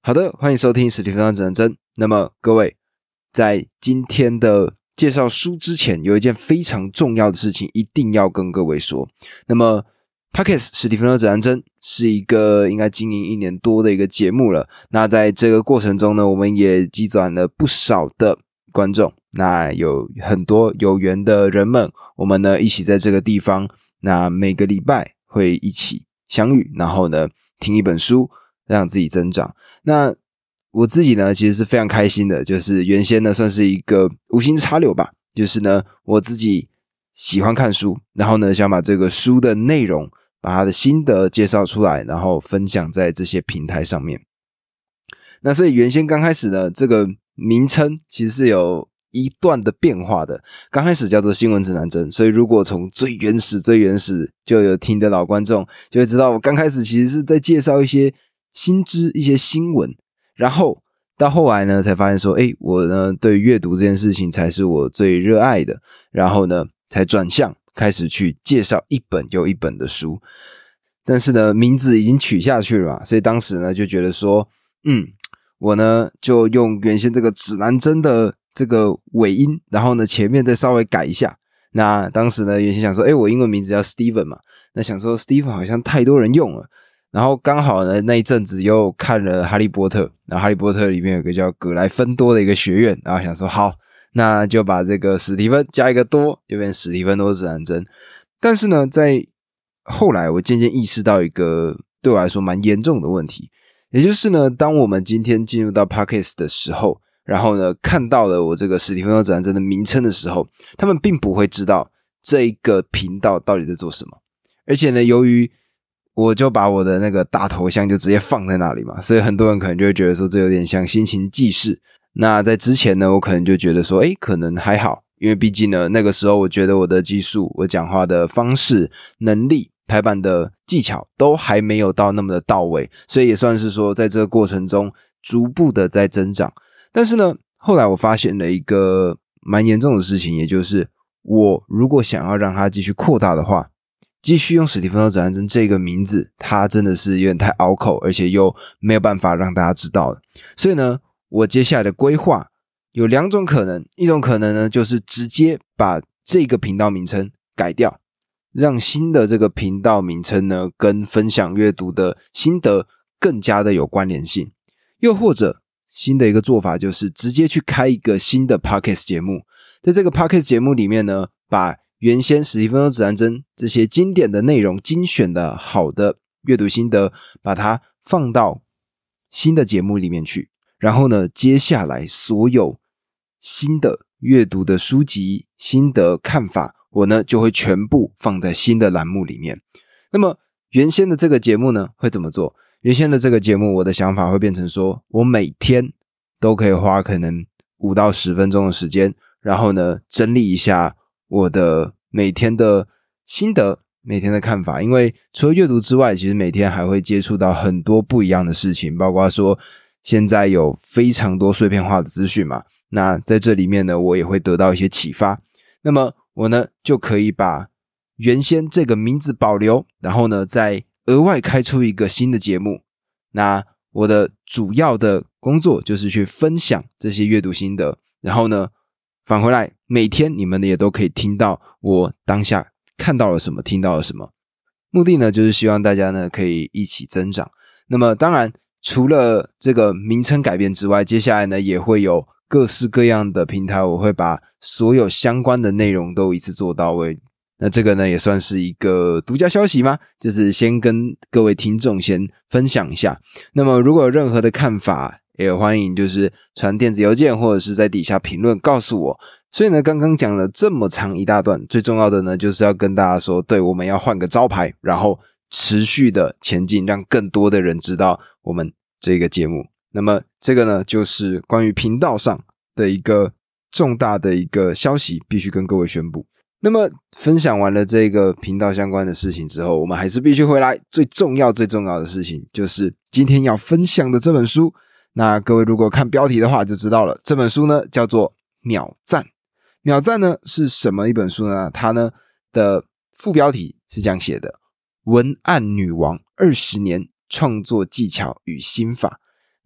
好的，欢迎收听史蒂芬指南针。那么各位，在今天的介绍书之前，有一件非常重要的事情一定要跟各位说。那么 Podcast 史蒂芬指南针是一个应该经营1年多的一个节目了。那在这个过程中呢，我们也积攒了不少的观众。那有很多有缘的人们，我们呢一起在这个地方，那每个礼拜会一起相遇，然后呢听一本书，让自己增长。那我自己呢其实是非常开心的，就是原先呢算是一个无心插柳吧，就是呢我自己喜欢看书，然后呢想把这个书的内容把它的心得介绍出来，然后分享在这些平台上面。那所以原先刚开始呢这个名称其实是有一段的变化的，刚开始叫做新闻指南针，所以如果从最原始就有听的老观众就会知道，我刚开始其实是在介绍一些新知、一些新闻，然后到后来呢才发现说我呢对阅读这件事情才是我最热爱的，然后呢才转向开始去介绍一本又一本的书。但是呢名字已经取下去了嘛，所以当时呢就觉得说我呢就用原先这个指南针的这个尾音，然后呢前面再稍微改一下。那当时呢原先想说我英文名字叫 Steven 嘛，那想说 Steven 好像太多人用了，然后刚好呢那一阵子又看了哈利波特，然后哈利波特里面有个叫葛莱芬多的一个学院，然后想说好，那就把这个史蒂芬加一个多，就变史蒂芬多指南针。但是呢在后来我渐渐意识到一个对我来说蛮严重的问题，也就是呢当我们今天进入到 Podcast 的时候，然后呢看到了我这个史蒂芬多指南针的名称的时候，他们并不会知道这个频道到底在做什么。而且呢由于我就把我的那个大头像就直接放在那里嘛，所以很多人可能就会觉得说这有点像心情记事。那在之前呢我可能就觉得说可能还好，因为毕竟呢那个时候我觉得我的技术、我讲话的方式、能力、排版的技巧都还没有到那么的到位，所以也算是说在这个过程中逐步的在增长。但是呢后来我发现了一个蛮严重的事情，也就是我如果想要让它继续扩大的话，继续用史蒂芬多指南针这个名字它真的是有点太拗口，而且又没有办法让大家知道了。所以呢我接下来的规划有2种可能，一种可能呢就是直接把这个频道名称改掉，让新的这个频道名称呢跟分享阅读的心得更加的有关联性。又或者新的一个做法就是直接去开一个新的 Podcast 节目，在这个 Podcast 节目里面呢把原先史蒂芬多指南针这些经典的内容、精选的好的阅读心得把它放到新的节目里面去，然后呢接下来所有新的阅读的书籍、心得看法我呢就会全部放在新的栏目里面。那么原先的这个节目呢会怎么做？原先的这个节目我的想法会变成说，我每天都可以花可能5到10分钟的时间，然后呢整理一下我的每天的心得、每天的看法。因为除了阅读之外，其实每天还会接触到很多不一样的事情，包括说现在有非常多碎片化的资讯嘛，那在这里面呢我也会得到一些启发。那么我呢就可以把原先这个名字保留，然后呢再额外开出一个新的节目。那我的主要的工作就是去分享这些阅读心得，然后呢返回来每天你们也都可以听到我当下看到了什么、听到了什么。目的呢就是希望大家呢可以一起增长。那么当然除了这个名称改变之外，接下来呢也会有各式各样的平台，我会把所有相关的内容都一次做到位。那这个呢也算是一个独家消息吗？就是先跟各位听众先分享一下。那么如果有任何的看法，也欢迎就是传电子邮件或者是在底下评论告诉我。所以呢刚刚讲了这么长一大段，最重要的呢就是要跟大家说，对，我们要换个招牌，然后持续的前进，让更多的人知道我们这个节目。那么这个呢就是关于频道上的一个重大的一个消息，必须跟各位宣布。那么分享完了这个频道相关的事情之后，我们还是必须回来最重要的事情，就是今天要分享的这本书。那各位如果看标题的话就知道了，这本书呢叫做秒赞。秒赞呢是什么一本书呢？它呢的副标题是这样写的：文案女王20年创作技巧与心法。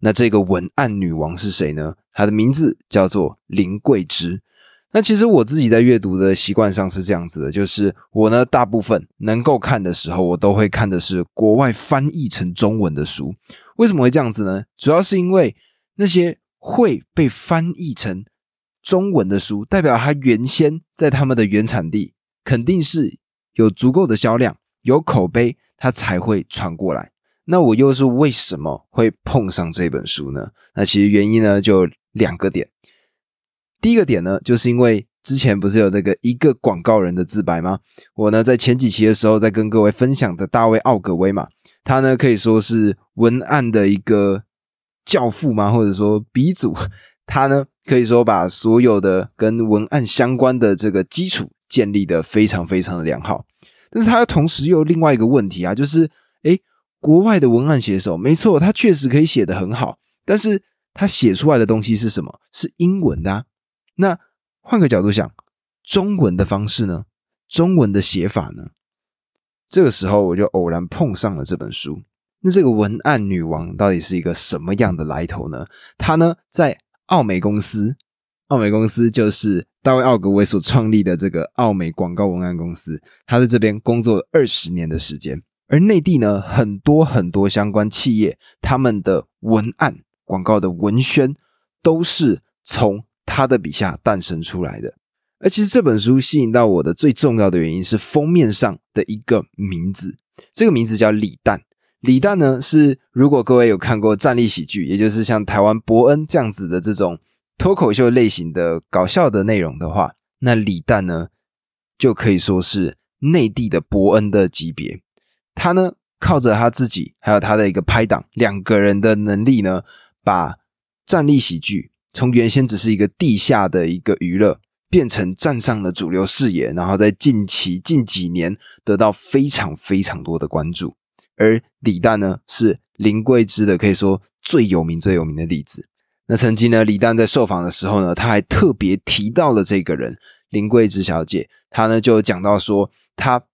那这个文案女王是谁呢？她的名字叫做林桂枝。那其实我自己在阅读的习惯上是这样子的，就是我呢大部分能够看的时候，我都会看的是国外翻译成中文的书。为什么会这样子呢？主要是因为那些会被翻译成中文的书，代表它原先在他们的原产地肯定是有足够的销量，有口碑，它才会传过来。那我又是为什么会碰上这本书呢？那其实原因呢就2个点。第一个点呢，就是因为之前不是有那个一个广告人的自白吗？我呢在前几期的时候在跟各位分享的大卫奥格威嘛，他呢可以说是文案的一个教父嘛，或者说鼻祖。他呢可以说把所有的跟文案相关的这个基础建立的非常非常的良好。但是他同时又有另外一个问题啊，就是国外的文案写手，没错，他确实可以写得很好，但是他写出来的东西是什么？是英文的啊。那换个角度想，中文的方式呢？中文的写法呢？这个时候我就偶然碰上了这本书。那这个文案女王到底是一个什么样的来头呢？她呢在奥美公司就是大卫奥格威所创立的这个奥美广告文案公司，她在这边工作了20年的时间。而内地呢，很多很多相关企业，他们的文案广告的文宣都是从他的笔下诞生出来的。而其实这本书吸引到我的最重要的原因是封面上的一个名字，这个名字叫李诞。李诞呢是如果各位有看过站立喜剧，也就是像台湾伯恩这样子的这种脱口秀类型的搞笑的内容的话，那李诞呢就可以说是内地的伯恩的级别。他呢靠着他自己还有他的一个拍档2个人的能力呢，把站立喜剧从原先只是一个地下的一个娱乐，变成站上了主流视野，然后在近几年得到非常非常多的关注。而李诞呢是林桂枝的可以说最有名的例子。那曾经呢李诞在受访的时候呢，他还特别提到了这个人林桂枝小姐。他呢就讲到说，他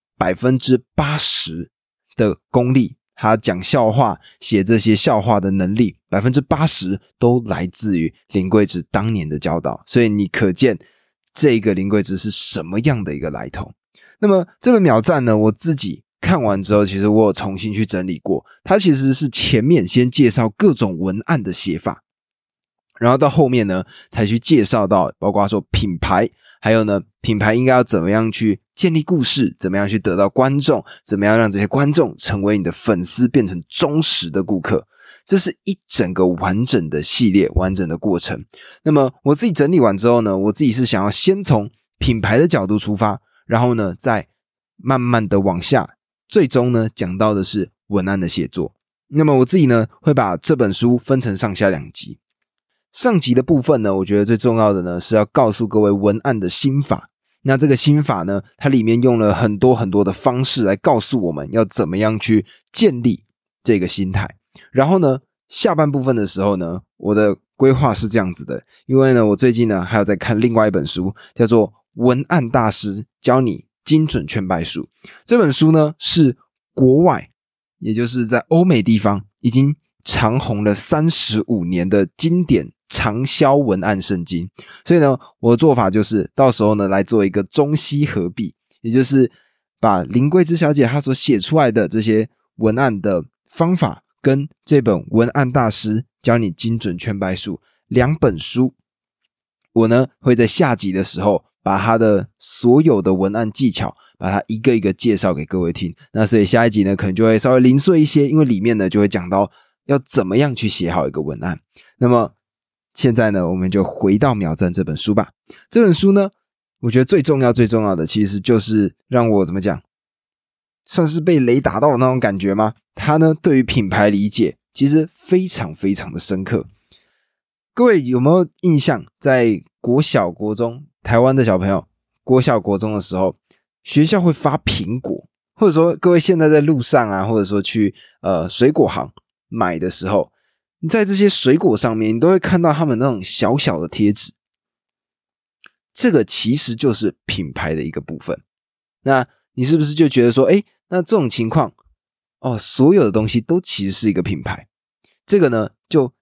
80%的功力，他讲笑话写这些笑话的能力 80% 都来自于林桂枝当年的教导。所以你可见这个林桂枝是什么样的一个来头。那么这本秒赞呢，我自己看完之后，其实我有重新去整理过，它其实是前面先介绍各种文案的写法，然后到后面呢才去介绍到包括说品牌，还有呢品牌应该要怎么样去建立故事，怎么样去得到观众，怎么样让这些观众成为你的粉丝，变成忠实的顾客。这是一整个完整的系列，完整的过程。那么我自己整理完之后呢，我自己是想要先从品牌的角度出发，然后呢再慢慢的往下，最终呢讲到的是文案的写作。那么我自己呢会把这本书分成上下2集。上集的部分呢，我觉得最重要的呢是要告诉各位文案的心法。那这个心法呢，它里面用了很多很多的方式来告诉我们要怎么样去建立这个心态。然后呢下半部分的时候呢，我的规划是这样子的，因为呢我最近呢还有在看另外一本书，叫做《文案大师教你精准劝败术》。这本书呢是国外，也就是在欧美地方已经长红了35年的经典长销文案圣经。所以呢我的做法就是到时候呢来做一个中西合璧，也就是把林桂枝小姐她所写出来的这些文案的方法跟这本文案大师教你精准劝败术2本书，我呢会在下集的时候把他的所有的文案技巧把它一个一个介绍给各位听。那所以下一集呢可能就会稍微零碎一些，因为里面呢就会讲到要怎么样去写好一个文案。那么现在呢我们就回到秒赞这本书吧。这本书呢我觉得最重要的其实就是让我怎么讲，算是被雷打到的那种感觉吗？他呢对于品牌理解其实非常非常的深刻。各位有没有印象，在国小国中，台湾的小朋友国小国中的时候，学校会发苹果，或者说各位现在在路上啊，或者说去水果行买的时候，你在这些水果上面你都会看到他们那种小小的贴纸，这个其实就是品牌的一个部分。那你是不是就觉得说那这种情况所有的东西都其实是一个品牌。这个呢就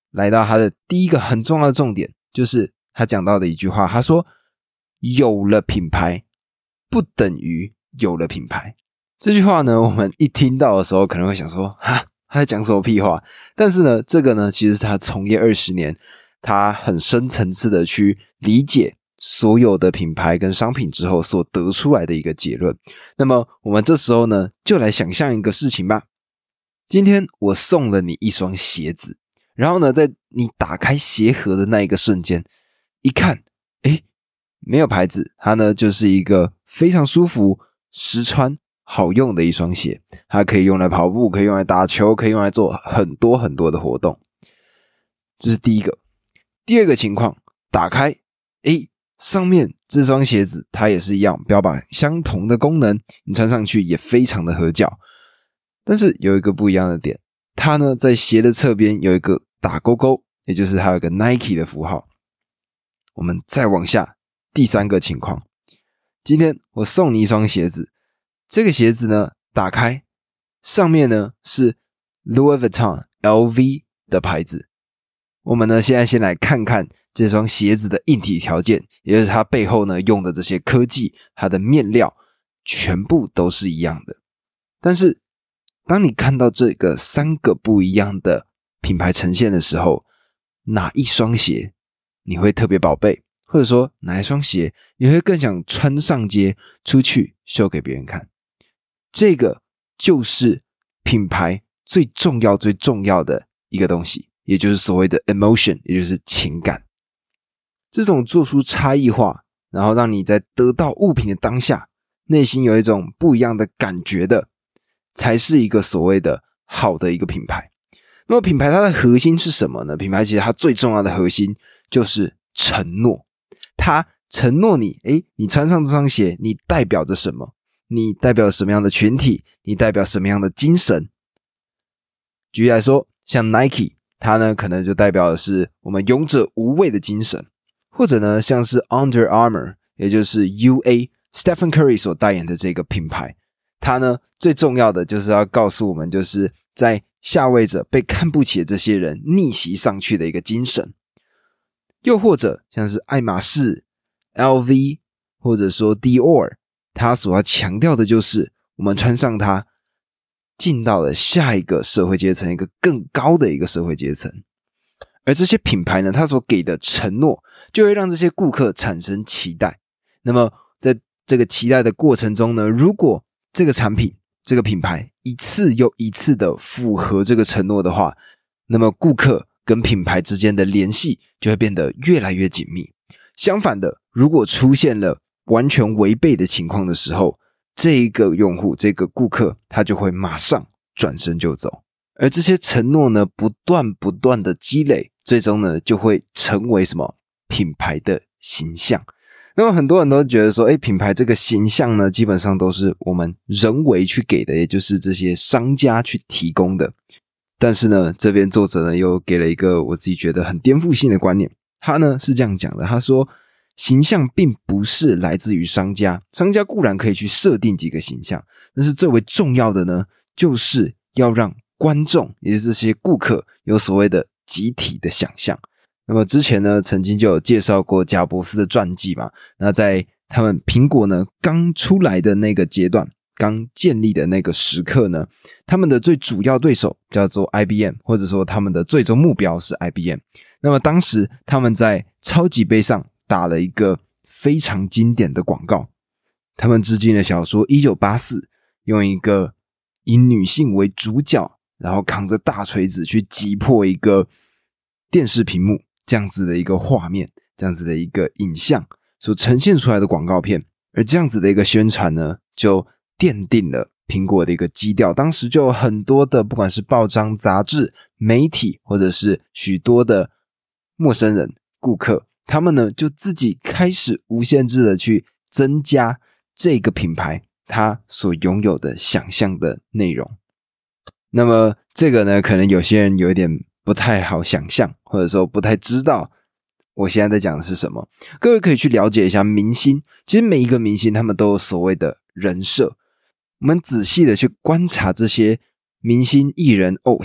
来到他的第一个很重要的重点，就是他讲到的一句话，他说有了品牌不等于有了品牌。这句话呢，我们一听到的时候可能会想说哈，他在讲什么屁话，但是呢，这个呢其实是他从业20年，他很深层次的去理解所有的品牌跟商品之后所得出来的一个结论。那么我们这时候呢，就来想象一个事情吧。今天我送了你一双鞋子，然后呢，在你打开鞋盒的那一个瞬间，一看，诶，没有牌子，它呢就是一个非常舒服、实穿、好用的一双鞋，它可以用来跑步，可以用来打球，可以用来做很多很多的活动。这是第一个。第二个情况，打开，诶，上面这双鞋子它也是一样，标榜相同的功能，你穿上去也非常的合脚。但是有一个不一样的点，它呢在鞋的侧边有一个打勾勾，也就是它有一个 Nike 的符号。我们再往下，第三个情况，今天我送你一双鞋子，这个鞋子呢打开，上面呢是 Louis Vuitton LV 的牌子。我们呢现在先来看看这双鞋子的硬体条件，也就是它背后呢用的这些科技，它的面料全部都是一样的。但是当你看到这个3个不一样的品牌呈现的时候，哪一双鞋你会特别宝贝，或者说哪一双鞋你会更想穿上街出去秀给别人看？这个就是品牌最重要最重要的一个东西，也就是所谓的 emotion， 也就是情感。这种做出差异化，然后让你在得到物品的当下内心有一种不一样的感觉的，才是一个所谓的好的一个品牌。那么品牌它的核心是什么呢？品牌其实它最重要的核心就是承诺。它承诺你，你穿上这双鞋，你代表着什么？你代表什么样的群体？你代表什么样的精神？举例来说，像 Nike， 它呢可能就代表的是我们勇者无畏的精神，或者呢像是 Under Armour， 也就是 UA Stephen Curry 所代言的这个品牌，它呢最重要的就是要告诉我们，就是在下位者被看不起的这些人逆袭上去的一个精神。又或者像是爱马仕、LV 或者说 Dior， 它所要强调的就是我们穿上它进到了下一个社会阶层，一个更高的一个社会阶层。而这些品牌呢，它所给的承诺就会让这些顾客产生期待。那么在这个期待的过程中呢，如果这个产品这个品牌一次又一次的符合这个承诺的话，那么顾客跟品牌之间的联系就会变得越来越紧密。相反的，如果出现了完全违背的情况的时候，这个用户这个顾客他就会马上转身就走。而这些承诺呢，不断的积累，最终呢就会成为什么？品牌的形象。那么很多人都觉得说，品牌这个形象呢，基本上都是我们人为去给的，也就是这些商家去提供的。但是呢，这边作者呢又给了一个我自己觉得很颠覆性的观念。他呢是这样讲的，他说形象并不是来自于商家，商家固然可以去设定几个形象，但是最为重要的呢，就是要让观众，也就是这些顾客有所谓的集体的想象。那么之前呢，曾经就有介绍过贾伯斯的传记嘛。那在他们苹果呢刚出来的那个阶段，刚建立的那个时刻呢，他们的最主要对手叫做 IBM， 或者说他们的最终目标是 IBM。那么当时他们在超级杯上打了一个非常经典的广告，他们致敬了小说1984，用一个以女性为主角，然后扛着大锤子去击破一个电视屏幕，这样子的一个画面，这样子的一个影像所呈现出来的广告片。而这样子的一个宣传呢，就奠定了苹果的一个基调。当时就有很多的不管是报章杂志媒体，或者是许多的陌生人顾客，他们呢就自己开始无限制的去增加这个品牌它所拥有的想象的内容。那么这个呢，可能有些人有一点不太好想象，或者说不太知道我现在在讲的是什么。各位可以去了解一下明星，其实每一个明星他们都有所谓的人设。我们仔细的去观察这些明星艺人偶像，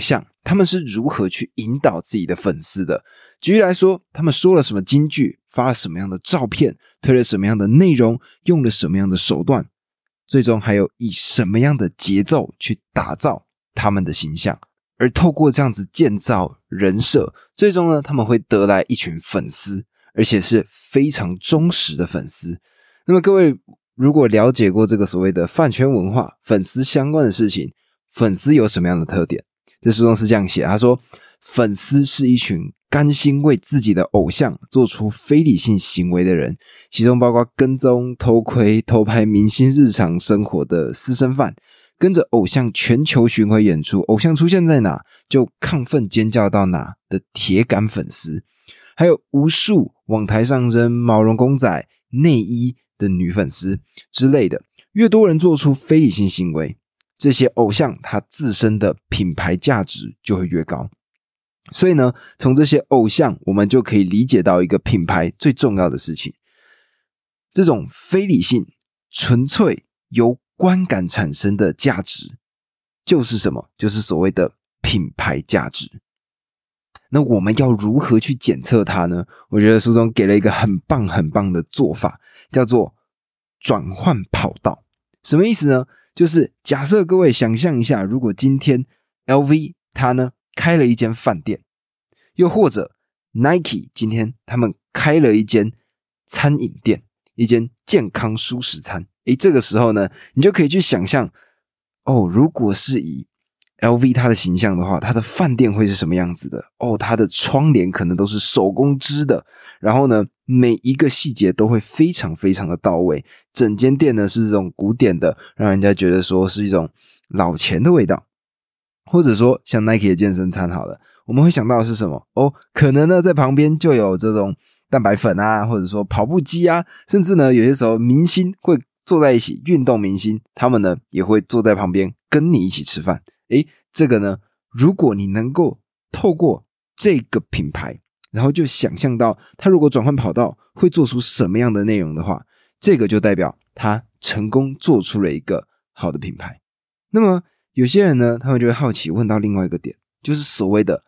他们是如何去引导自己的粉丝的。举例来说，他们说了什么金句，发了什么样的照片，推了什么样的内容，用了什么样的手段，最终还有以什么样的节奏去打造他们的形象。而透过这样子建造人设，最终呢，他们会得来一群粉丝，而且是非常忠实的粉丝。那么各位如果了解过这个所谓的饭圈文化，粉丝相关的事情，粉丝有什么样的特点？这书中是这样写，他说粉丝是一群甘心为自己的偶像做出非理性行为的人，其中包括跟踪、偷窥、偷拍明星日常生活的私生饭，跟着偶像全球巡回演出，偶像出现在哪就亢奋尖叫到哪的铁杆粉丝，还有无数往台上扔毛绒公仔、内衣的女粉丝之类的。越多人做出非理性行为，这些偶像他自身的品牌价值就会越高。所以呢，从这些偶像我们就可以理解到一个品牌最重要的事情，这种非理性纯粹由观感产生的价值就是什么？就是所谓的品牌价值。那我们要如何去检测它呢？我觉得书中给了一个很棒很棒的做法，叫做转换跑道。什么意思呢？就是假设各位想象一下，如果今天 LV 它呢开了一间饭店，又或者 Nike 今天他们开了一间餐饮店，一间健康蔬食餐，这个时候呢，你就可以去想象，如果是以 LV 它的形象的话，它的饭店会是什么样子的？它的窗帘可能都是手工织的，然后呢，每一个细节都会非常非常的到位，整间店呢是这种古典的，让人家觉得说是一种老钱的味道。或者说像 Nike 的健身餐好了，我们会想到的是什么？可能呢在旁边就有这种蛋白粉啊，或者说跑步机啊，甚至呢有些时候明星会坐在一起，运动明星他们呢也会坐在旁边跟你一起吃饭。这个呢，如果你能够透过这个品牌，然后就想象到他如果转换跑道会做出什么样的内容的话，这个就代表他成功做出了一个好的品牌。那么有些人呢，他们就会好奇问到另外一个点，就是所谓的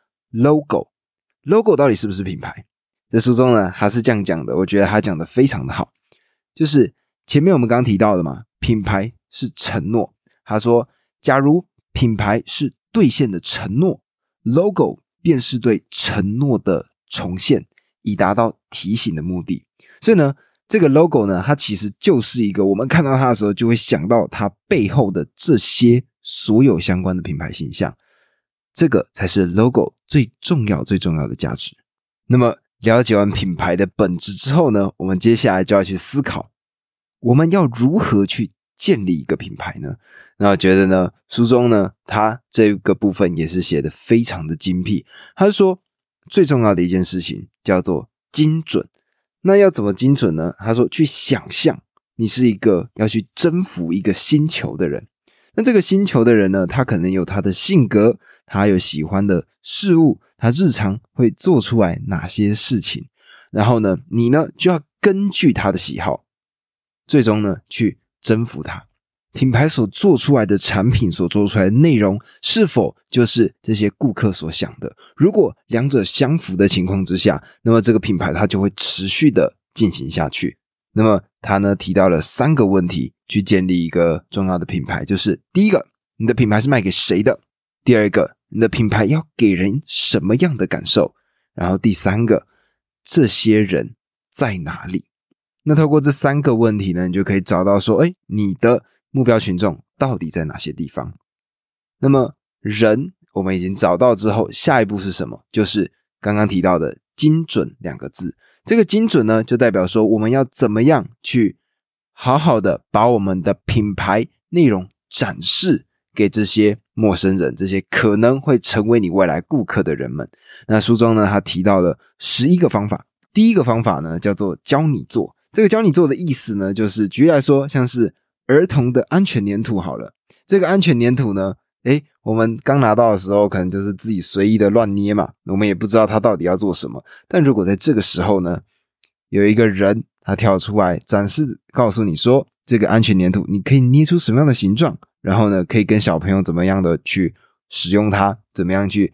logo 到底是不是品牌？在书中呢，他是这样讲的，我觉得他讲的非常的好，就是前面我们刚刚提到的嘛，品牌是承诺。他说，假如品牌是兑现的承诺， logo 便是对承诺的重现，以达到提醒的目的。所以呢，这个 logo 呢，它其实就是一个我们看到它的时候就会想到它背后的这些所有相关的品牌形象，这个才是 logo 最重要最重要的价值。那么了解完品牌的本质之后呢，我们接下来就要去思考，我们要如何去建立一个品牌呢？那我觉得呢，书中呢，它这个部分也是写得非常的精辟。他说，最重要的一件事情叫做精准。那要怎么精准呢？他说，去想象你是一个要去征服一个星球的人。那这个星球的人呢，他可能有他的性格，他有喜欢的事物，他日常会做出来哪些事情，然后呢，你呢就要根据他的喜好，最终呢去征服他。品牌所做出来的产品，所做出来的内容，是否就是这些顾客所想的？如果两者相符的情况之下，那么这个品牌它就会持续的进行下去。那么他呢提到了3个问题去建立一个重要的品牌，就是第一个，你的品牌是卖给谁的？第二个，你的品牌要给人什么样的感受？然后第3个，这些人在哪里？那透过这3个问题呢，你就可以找到说，你的目标群众到底在哪些地方？那么人我们已经找到之后，下一步是什么？就是刚刚提到的精准2个字。这个精准呢，就代表说我们要怎么样去好好的把我们的品牌内容展示给这些陌生人，这些可能会成为你未来顾客的人们。那书中呢，他提到了11个方法。第一个方法呢，叫做教你做。这个教你做的意思呢，就是举例来说，像是儿童的安全粘土好了。这个安全粘土呢，我们刚拿到的时候可能就是自己随意的乱捏嘛，我们也不知道它到底要做什么。但如果在这个时候呢，有一个人他跳出来展示，告诉你说，这个安全粘土你可以捏出什么样的形状，然后呢可以跟小朋友怎么样的去使用它，怎么样去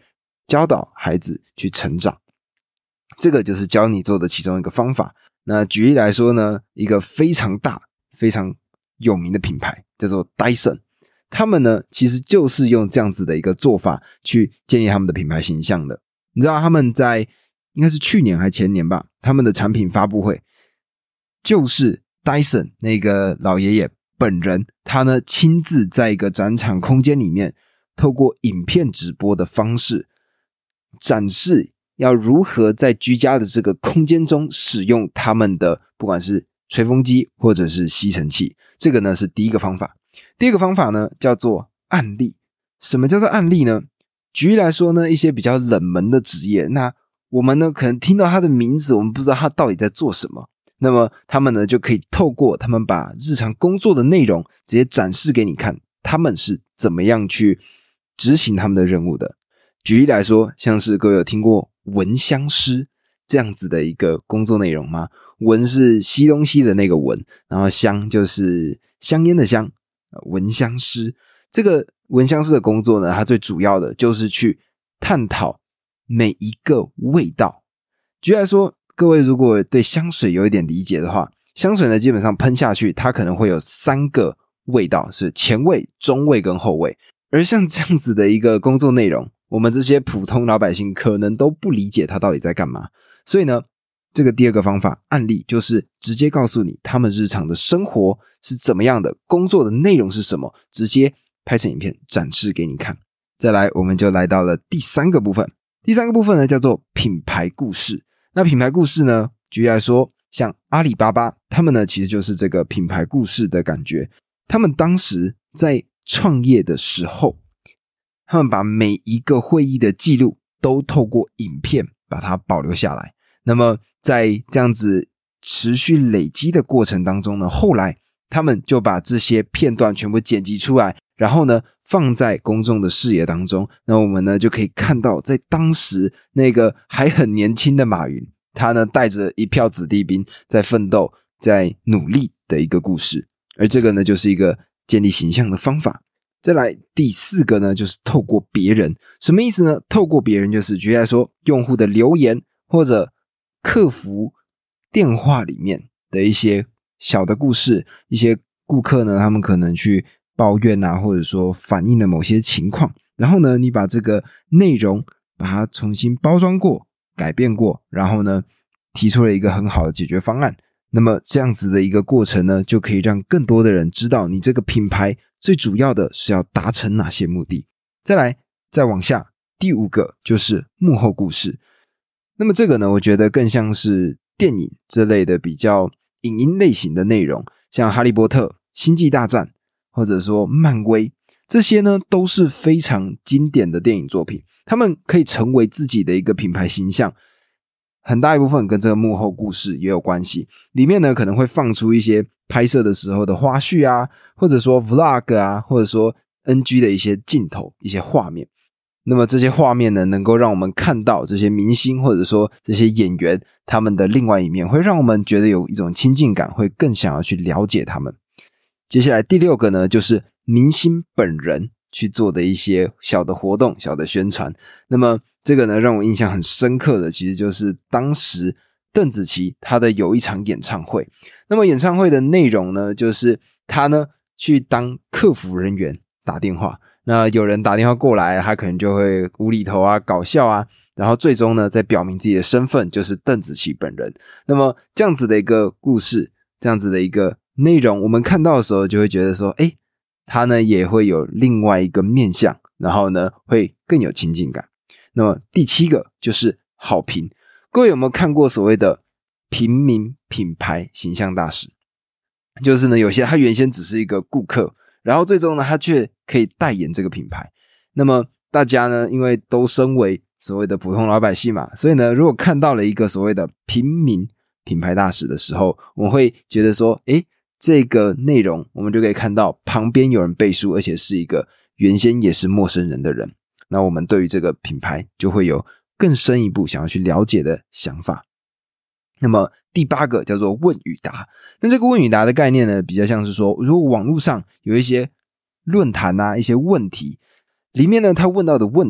教导孩子去成长。这个就是教你做的其中一个方法。那举例来说呢，一个非常大非常有名的品牌叫做 Dyson， 他们呢其实就是用这样子的一个做法去建立他们的品牌形象的。你知道他们在应该是去年还前年吧，他们的产品发布会就是 Dyson 那个老爷爷本人，他呢亲自在一个展场空间里面透过影片直播的方式展示要如何在居家的这个空间中使用他们的不管是吹风机或者是吸尘器。这个呢是第一个方法。第二个方法呢叫做案例。什么叫做案例呢？举例来说呢，一些比较冷门的职业，那我们呢可能听到他的名字，我们不知道他到底在做什么，那么他们呢就可以透过他们把日常工作的内容直接展示给你看，他们是怎么样去执行他们的任务的。举例来说，像是各位有听过闻香师这样子的一个工作内容吗？闻是吸东西的那个闻，然后香就是香烟的香，闻香师。这个闻香师的工作呢，它最主要的就是去探讨每一个味道。举例来说，各位如果对香水有一点理解的话，香水呢基本上喷下去它可能会有3个味道，是前味、中味跟后味。而像这样子的一个工作内容，我们这些普通老百姓可能都不理解它到底在干嘛。所以呢，这个第二个方法案例就是直接告诉你他们日常的生活是怎么样的，工作的内容是什么，直接拍成影片展示给你看。再来我们就来到了第3个部分。第3个部分呢叫做品牌故事。那品牌故事呢，举例来说，像阿里巴巴他们呢其实就是这个品牌故事的感觉。他们当时在创业的时候，他们把每一个会议的记录都透过影片把它保留下来。那么在这样子持续累积的过程当中呢，后来他们就把这些片段全部剪辑出来，然后呢放在公众的视野当中。那我们呢就可以看到，在当时那个还很年轻的马云，他呢带着一票子弟兵在奋斗在努力的一个故事。而这个呢就是一个建立形象的方法。再来第4个呢就是透过别人。什么意思呢？透过别人就是举例来说，用户的留言或者客服电话里面的一些小的故事，一些顾客呢他们可能去抱怨啊，或者说反映了某些情况，然后呢你把这个内容把它重新包装过，改变过，然后呢提出了一个很好的解决方案。那么这样子的一个过程呢，就可以让更多的人知道你这个品牌最主要的是要达成哪些目的。再来再往下，第5个就是幕后故事。那么这个呢我觉得更像是电影这类的比较影音类型的内容，像哈利波特、星际大战或者说漫威，这些呢都是非常经典的电影作品，他们可以成为自己的一个品牌形象，很大一部分跟这个幕后故事也有关系。里面呢可能会放出一些拍摄的时候的花絮啊，或者说 vlog 啊，或者说 NG 的一些镜头、一些画面。那么这些画面呢能够让我们看到这些明星或者说这些演员他们的另外一面，会让我们觉得有一种亲近感，会更想要去了解他们。接下来第6个呢就是明星本人去做的一些小的活动、小的宣传。那么这个呢让我印象很深刻的其实就是当时邓紫棋她的有一场演唱会。那么演唱会的内容呢就是她呢去当客服人员打电话，那有人打电话过来，他可能就会无厘头啊、搞笑啊，然后最终呢再表明自己的身份就是邓紫棋本人。那么这样子的一个故事，这样子的一个内容，我们看到的时候就会觉得说他呢也会有另外一个面向，然后呢会更有亲近感。那么第7个就是好评。各位有没有看过所谓的平民品牌形象大使？就是呢有些他原先只是一个顾客，然后最终呢他却可以代言这个品牌。那么大家呢因为都身为所谓的普通老百姓嘛，所以呢如果看到了一个所谓的平民品牌大使的时候，我们会觉得说这个内容我们就可以看到旁边有人背书，而且是一个原先也是陌生人的人，那我们对于这个品牌就会有更深一步想要去了解的想法。那么第8个叫做问与答。那这个问与答的概念呢比较像是说，如果网络上有一些论坛啊、一些问题，里面呢他问到的问题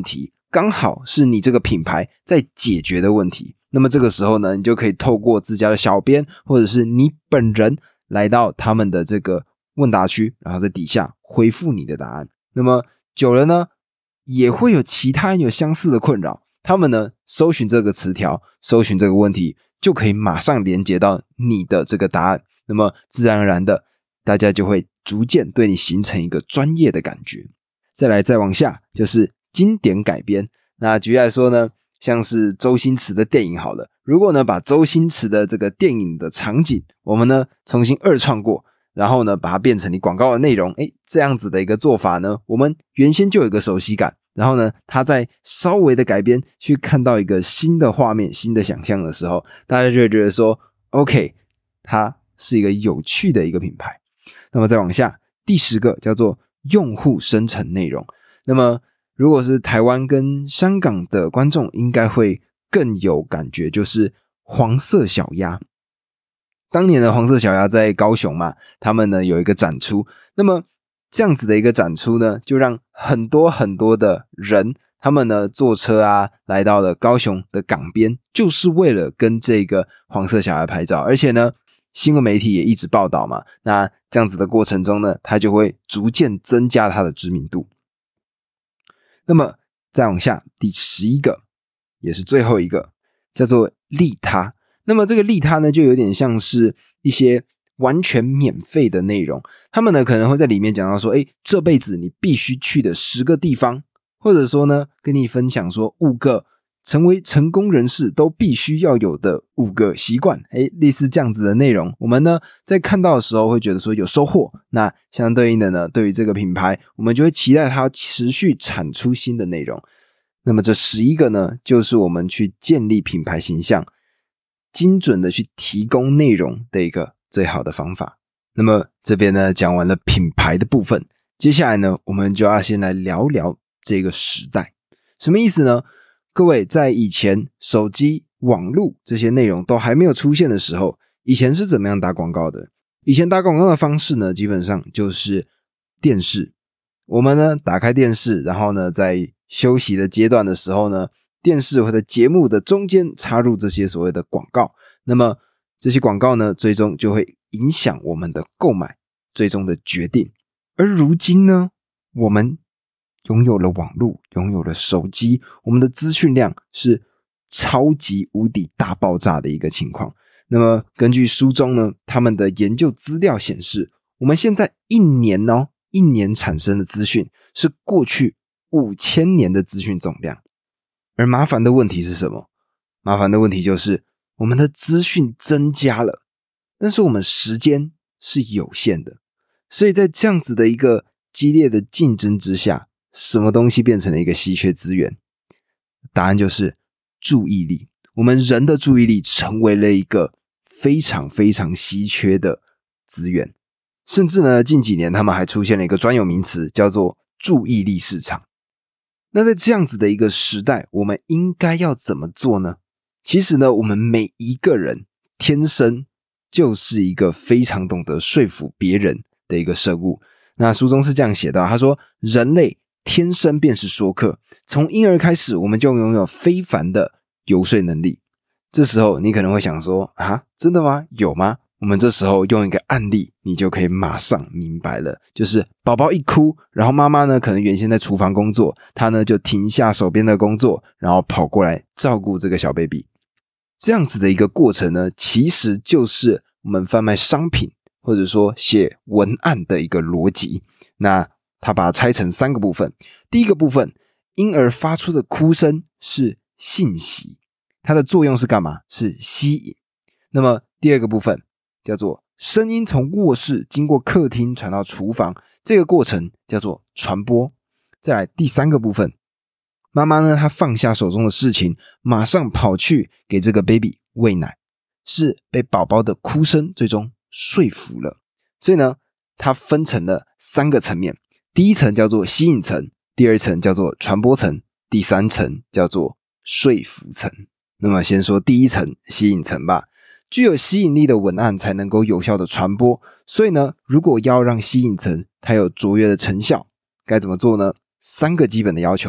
刚好是你这个品牌在解决的问题。那么这个时候呢，你就可以透过自家的小编或者是你本人来到他们的这个问答区，然后在底下回复你的答案。那么久了呢，也会有其他人有相似的困扰，他们呢搜寻这个词条，搜寻这个问题，就可以马上连接到你的这个答案。那么自然而然的，大家就会逐渐对你形成一个专业的感觉。再往下就是经典改编。那举例来说呢，像是周星驰的电影好了，如果呢把周星驰的这个电影的场景，我们呢重新二创过，然后呢把它变成你广告的内容，这样子的一个做法呢，我们原先就有一个熟悉感，然后呢它再稍微的改编，去看到一个新的画面、新的想象的时候，大家就会觉得说 OK， 它是一个有趣的一个品牌。那么再往下，第10个叫做用户生成内容。那么如果是台湾跟香港的观众应该会更有感觉，就是黄色小鸭。当年的黄色小鸭在高雄嘛，他们呢有一个展出，那么这样子的一个展出呢，就让很多的人，他们呢坐车啊来到了高雄的港边，就是为了跟这个黄色小鸭拍照。而且呢新闻媒体也一直报道嘛，那这样子的过程中呢，它就会逐渐增加它的知名度。那么再往下，第11个也是最后一个，叫做利他。那么这个利他呢，就有点像是一些完全免费的内容，他们呢可能会在里面讲到说，这辈子你必须去的10个地方，或者说呢跟你分享说5个成为成功人士都必须要有的5个习惯，类似这样子的内容，我们呢在看到的时候会觉得说有收获。那相对应的呢，对于这个品牌，我们就会期待它持续产出新的内容。那么这11个呢，就是我们去建立品牌形象，精准的去提供内容的一个最好的方法。那么这边呢讲完了品牌的部分，接下来呢我们就要先来聊聊这个时代。什么意思呢？各位，在以前手机、网络这些内容都还没有出现的时候，以前是怎么样打广告的？以前打广告的方式呢，基本上就是电视。我们呢打开电视，然后呢在休息的阶段的时候呢，电视会在节目的中间插入这些所谓的广告。那么这些广告呢，最终就会影响我们的购买最终的决定。而如今呢，我们拥有了网络，拥有了手机，我们的资讯量是超级无敌大爆炸的一个情况。那么根据书中呢，他们的研究资料显示，我们现在一年产生的资讯是过去5000年的资讯总量。而麻烦的问题是什么？麻烦的问题就是我们的资讯增加了，但是我们时间是有限的。所以在这样子的一个激烈的竞争之下，什么东西变成了一个稀缺资源？答案就是注意力。我们人的注意力成为了一个非常非常稀缺的资源。甚至呢，近几年他们还出现了一个专有名词，叫做注意力市场。那在这样子的一个时代，我们应该要怎么做呢？其实呢，我们每一个人天生就是一个非常懂得说服别人的一个生物。那书中是这样写到，他说人类天生便是说客，从婴儿开始我们就拥有非凡的游说能力。这时候你可能会想说，真的吗？有吗？我们这时候用一个案例，你就可以马上明白了。就是宝宝一哭，然后妈妈呢可能原先在厨房工作，她呢就停下手边的工作，然后跑过来照顾这个小 baby。这样子的一个过程呢，其实就是我们贩卖商品或者说写文案的一个逻辑。那他把它拆成3个部分。第一个部分，婴儿发出的哭声是信息，它的作用是干嘛？是吸引。那么第二个部分叫做声音从卧室经过客厅传到厨房，这个过程叫做传播。再来第3个部分，妈妈呢她放下手中的事情，马上跑去给这个 baby 喂奶，是被宝宝的哭声最终说服了。所以呢它分成了3个层面，第一层叫做吸引层，第二层叫做传播层，第3层叫做说服层。那么先说第一层吸引层吧。具有吸引力的文案才能够有效的传播，所以呢，如果要让吸引层它有卓越的成效，该怎么做呢？3个基本的要求。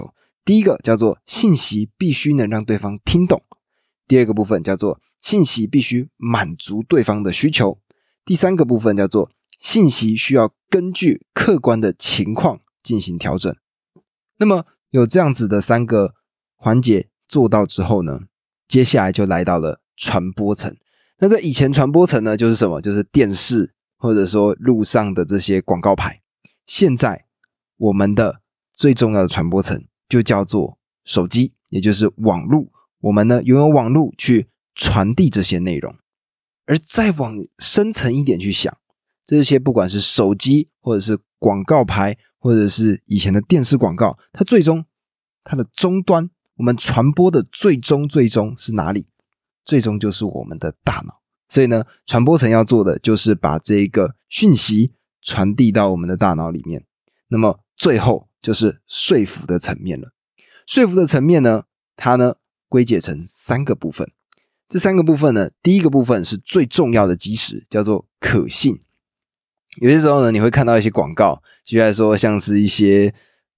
第一个叫做信息必须能让对方听懂，第二个部分叫做信息必须满足对方的需求，第三个部分叫做信息需要根据客观的情况进行调整。那么有这样子的3个环节做到之后呢，接下来就来到了传播层。那在以前传播层呢，就是什么？就是电视或者说路上的这些广告牌。现在我们的最重要的传播层就叫做手机，也就是网络。我们呢拥有网络去传递这些内容。而再往深层一点去想，这些不管是手机或者是广告牌或者是以前的电视广告，它最终它的终端，我们传播的最终是哪里？最终就是我们的大脑。所以呢，传播层要做的就是把这个讯息传递到我们的大脑里面。那么最后就是说服的层面了。说服的层面呢，它呢归结成3个部分。这3个部分呢，第一个部分是最重要的基石，叫做可信。有些时候呢，你会看到一些广告，举例来说，像是一些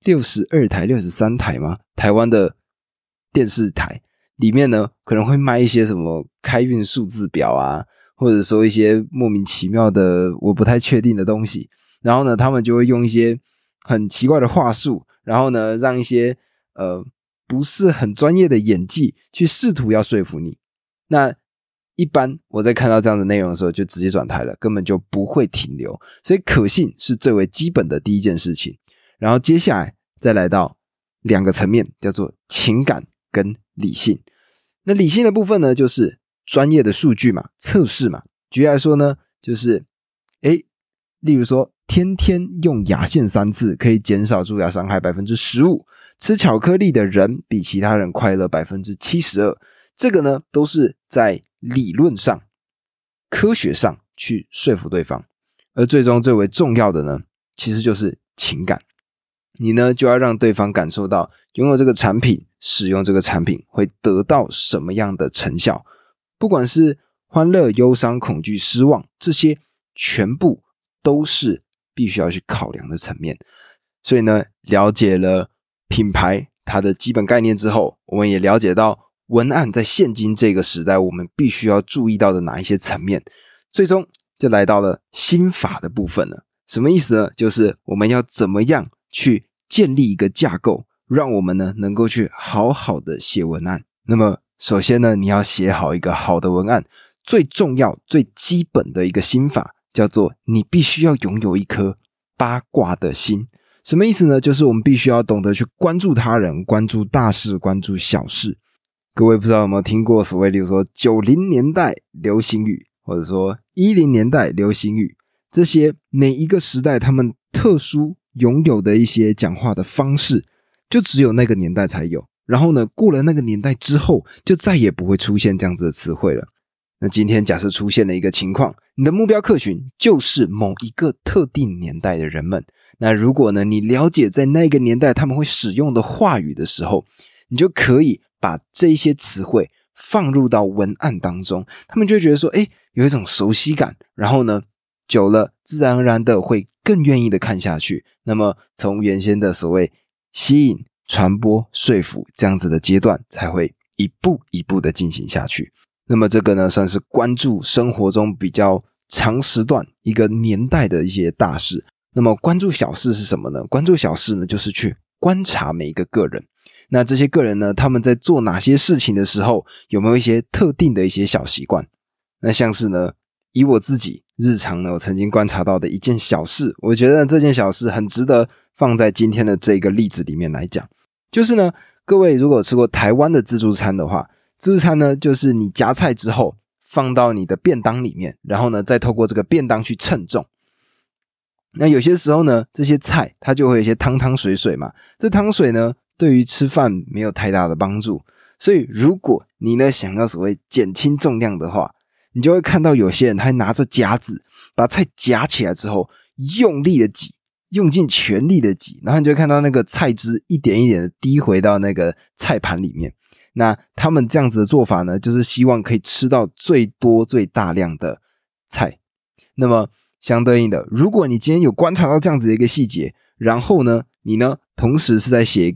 62台、63台嘛，台湾的电视台里面呢，可能会卖一些什么开运数字表啊，或者说一些莫名其妙的我不太确定的东西。然后呢，他们就会用一些很奇怪的话术，然后呢，让一些不是很专业的演技去试图要说服你。那一般我在看到这样的内容的时候，就直接转台了，根本就不会停留。所以可信是最为基本的第一件事情。然后接下来再来到2个层面，叫做情感跟理性。那理性的部分呢，就是专业的数据嘛，测试嘛。举例来说呢，就是例如说天天用牙线3次可以减少蛀牙伤害 15%， 吃巧克力的人比其他人快乐 72%。 这个呢都是在理论上科学上去说服对方。而最终最为重要的呢，其实就是情感。你呢就要让对方感受到拥有这个产品，使用这个产品会得到什么样的成效，不管是欢乐、忧伤、恐惧、失望，这些全部都是必须要去考量的层面。所以呢，了解了品牌它的基本概念之后，我们也了解到文案在现今这个时代我们必须要注意到的哪一些层面。最终就来到了心法的部分了。什么意思呢？就是我们要怎么样去建立一个架构，让我们呢能够去好好的写文案。那么首先呢，你要写好一个好的文案，最重要最基本的一个心法叫做你必须要拥有一颗八卦的心。什么意思呢？就是我们必须要懂得去关注他人，关注大事，关注小事。各位不知道有没有听过所谓例如说90年代流行语，或者说10年代流行语，这些每一个时代他们特殊拥有的一些讲话的方式，就只有那个年代才有。然后呢，过了那个年代之后，就再也不会出现这样子的词汇了。那今天假设出现了一个情况，你的目标客群就是某一个特定年代的人们。那如果呢，你了解在那个年代他们会使用的话语的时候，你就可以把这些词汇放入到文案当中，他们就会觉得说，有一种熟悉感，然后呢，久了自然而然的会更愿意的看下去。那么从原先的所谓吸引、传播、说服这样子的阶段，才会一步一步的进行下去。那么这个呢，算是关注生活中比较长时段一个年代的一些大事。那么关注小事是什么呢？关注小事呢，就是去观察每一个个人。那这些个人呢，他们在做哪些事情的时候，有没有一些特定的一些小习惯？那像是呢，以我自己日常呢，我曾经观察到的一件小事，我觉得这件小事很值得放在今天的这个例子里面来讲。就是呢，各位如果有吃过台湾的自助餐的话，自助餐呢，就是你夹菜之后放到你的便当里面，然后呢，再透过这个便当去称重。那有些时候呢，这些菜它就会有一些汤汤水水嘛，这汤水呢，对于吃饭没有太大的帮助。所以如果你呢想要所谓减轻重量的话，你就会看到有些人他拿着夹子把菜夹起来之后，用力的挤，用尽全力的挤，然后你就会看到那个菜汁一点一点的滴回到那个菜盘里面。那他们这样子的做法呢，就是希望可以吃到最多最大量的菜。那么相对应的，如果你今天有观察到这样子的一个细节，然后呢，你呢同时是在写一个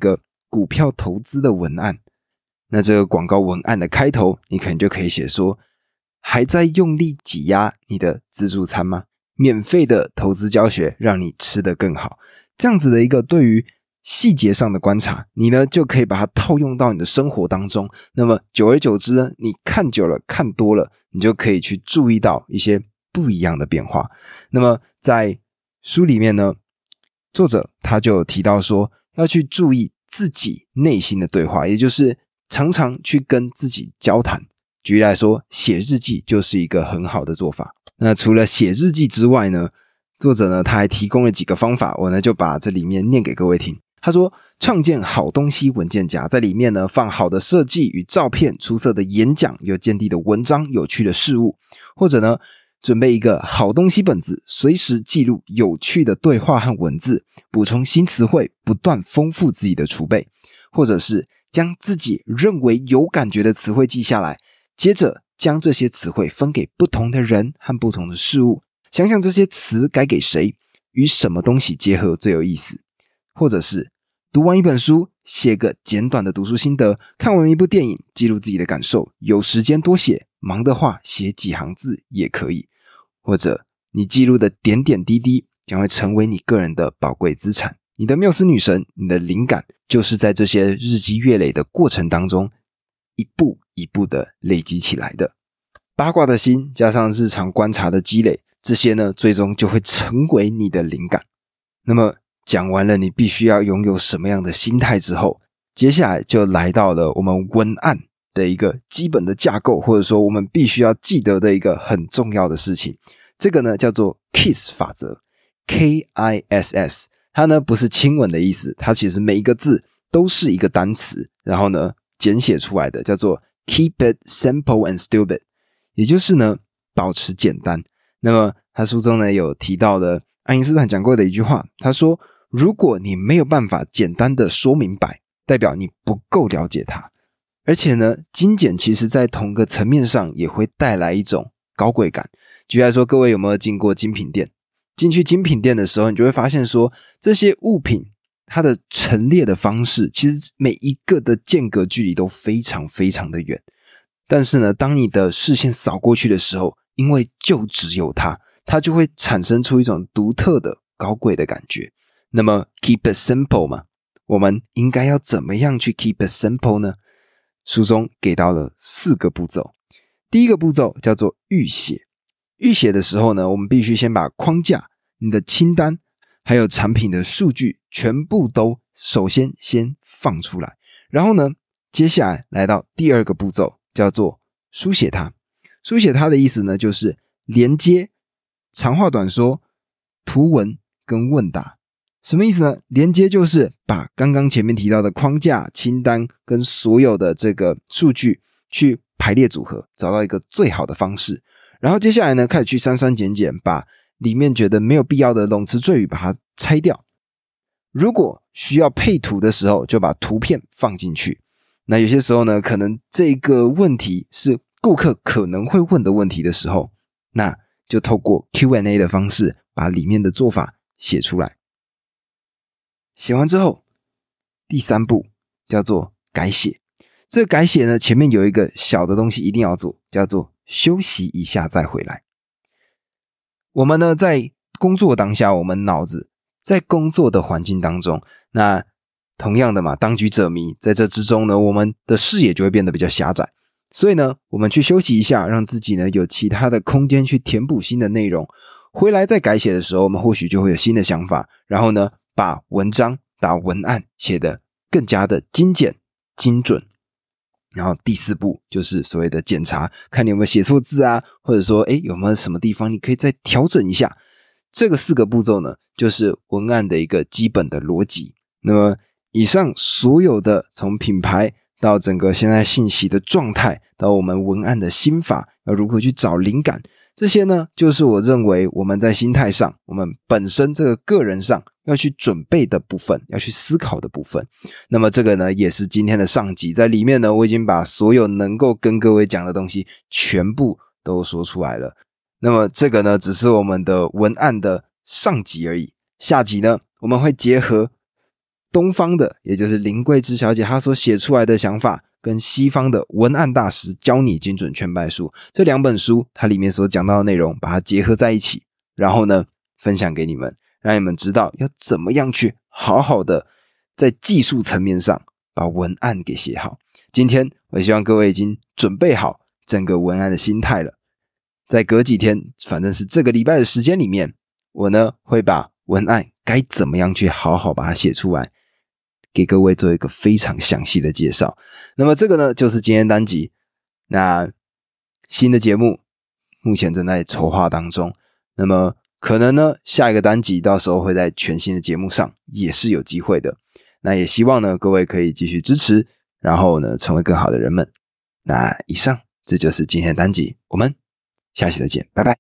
股票投资的文案。那这个广告文案的开头，你可能就可以写说，还在用力挤压你的自助餐吗？免费的投资教学让你吃得更好。这样子的一个对于细节上的观察，你呢就可以把它套用到你的生活当中。那么久而久之呢，你看久了看多了，你就可以去注意到一些不一样的变化。那么在书里面呢，作者他就有提到说，要去注意自己内心的对话，也就是常常去跟自己交谈。举例来说，写日记就是一个很好的做法。那除了写日记之外呢，作者呢他还提供了几个方法，我呢就把这里面念给各位听。他说，创建好东西文件夹，在里面呢放好的设计与照片，出色的演讲，有见地的文章，有趣的事物。或者呢，准备一个好东西本子，随时记录有趣的对话和文字，补充新词汇，不断丰富自己的储备。或者是将自己认为有感觉的词汇记下来，接着将这些词汇分给不同的人和不同的事物，想想这些词该给谁，与什么东西结合最有意思。或者是读完一本书，写个简短的读书心得，看完一部电影，记录自己的感受，有时间多写，忙的话写几行字也可以。或者你记录的点点滴滴将会成为你个人的宝贵资产。你的缪斯女神，你的灵感就是在这些日积月累的过程当中一步一步的累积起来的。八卦的心加上日常观察的积累，这些呢最终就会成为你的灵感。那么讲完了你必须要拥有什么样的心态之后，接下来就来到了我们文案的一个基本的架构，或者说我们必须要记得的一个很重要的事情。这个呢叫做 KISS 法则 KISS， 它呢不是亲吻的意思，它其实每一个字都是一个单词，然后呢简写出来的，叫做 Keep it simple and stupid， 也就是呢保持简单。那么他书中呢有提到了爱因斯坦讲过的一句话，他说，如果你没有办法简单的说明白，代表你不够了解它。而且呢，精简其实在同个层面上也会带来一种高贵感。举例来说，各位有没有进过精品店？进去精品店的时候，你就会发现说，这些物品它的陈列的方式，其实每一个的间隔距离都非常非常的远。但是呢，当你的视线扫过去的时候，因为就只有它就会产生出一种独特的高贵的感觉。那么 keep it simple 嘛，我们应该要怎么样去 keep it simple 呢？书中给到了4个步骤。第一个步骤叫做预写。预写的时候呢，我们必须先把框架、你的清单还有产品的数据全部都首先放出来。然后呢，接下来来到第2个步骤，叫做书写它。书写它的意思呢，就是连接长话短说、图文跟问答。什么意思呢？连接就是把刚刚前面提到的框架、清单跟所有的这个数据去排列组合，找到一个最好的方式。然后接下来呢，开始去删删减减，把里面觉得没有必要的冗词赘语把它拆掉。如果需要配图的时候，就把图片放进去。那有些时候呢，可能这个问题是顾客可能会问的问题的时候，那就透过 Q&A 的方式把里面的做法写出来。写完之后，第3步叫做改写。这个改写呢，前面有一个小的东西一定要做，叫做休息一下再回来。我们呢在工作当下，我们脑子在工作的环境当中，那同样的嘛，当局者迷，在这之中呢，我们的视野就会变得比较狭窄。所以呢，我们去休息一下，让自己呢有其他的空间去填补新的内容。回来再改写的时候，我们或许就会有新的想法，然后呢把文章、把文案写得更加的精简、精准。然后第4步就是所谓的检查，看你有没有写错字啊，或者说有没有什么地方你可以再调整一下。这个4个步骤呢，就是文案的一个基本的逻辑。那么以上所有的从品牌到整个现在信息的状态，到我们文案的心法，要如何去找灵感，这些呢，就是我认为我们在心态上，我们本身这个个人上要去准备的部分，要去思考的部分。那么这个呢，也是今天的上集，在里面呢，我已经把所有能够跟各位讲的东西全部都说出来了。那么这个呢，只是我们的文案的上集而已。下集呢，我们会结合东方的，也就是林桂枝小姐她所写出来的想法，跟西方的文案大师教你精准劝败术，这2本书它里面所讲到的内容，把它结合在一起，然后呢分享给你们，让你们知道要怎么样去好好的在技术层面上把文案给写好。今天我希望各位已经准备好整个文案的心态了，在隔几天，反正是这个礼拜的时间里面，我呢会把文案该怎么样去好好把它写出来，给各位做一个非常详细的介绍。那么这个呢就是今天单集，那新的节目目前正在筹划当中，那么可能呢下一个单集到时候会在全新的节目上，也是有机会的。那也希望呢各位可以继续支持，然后呢成为更好的人们。那以上这就是今天的单集，我们下期再见，拜拜。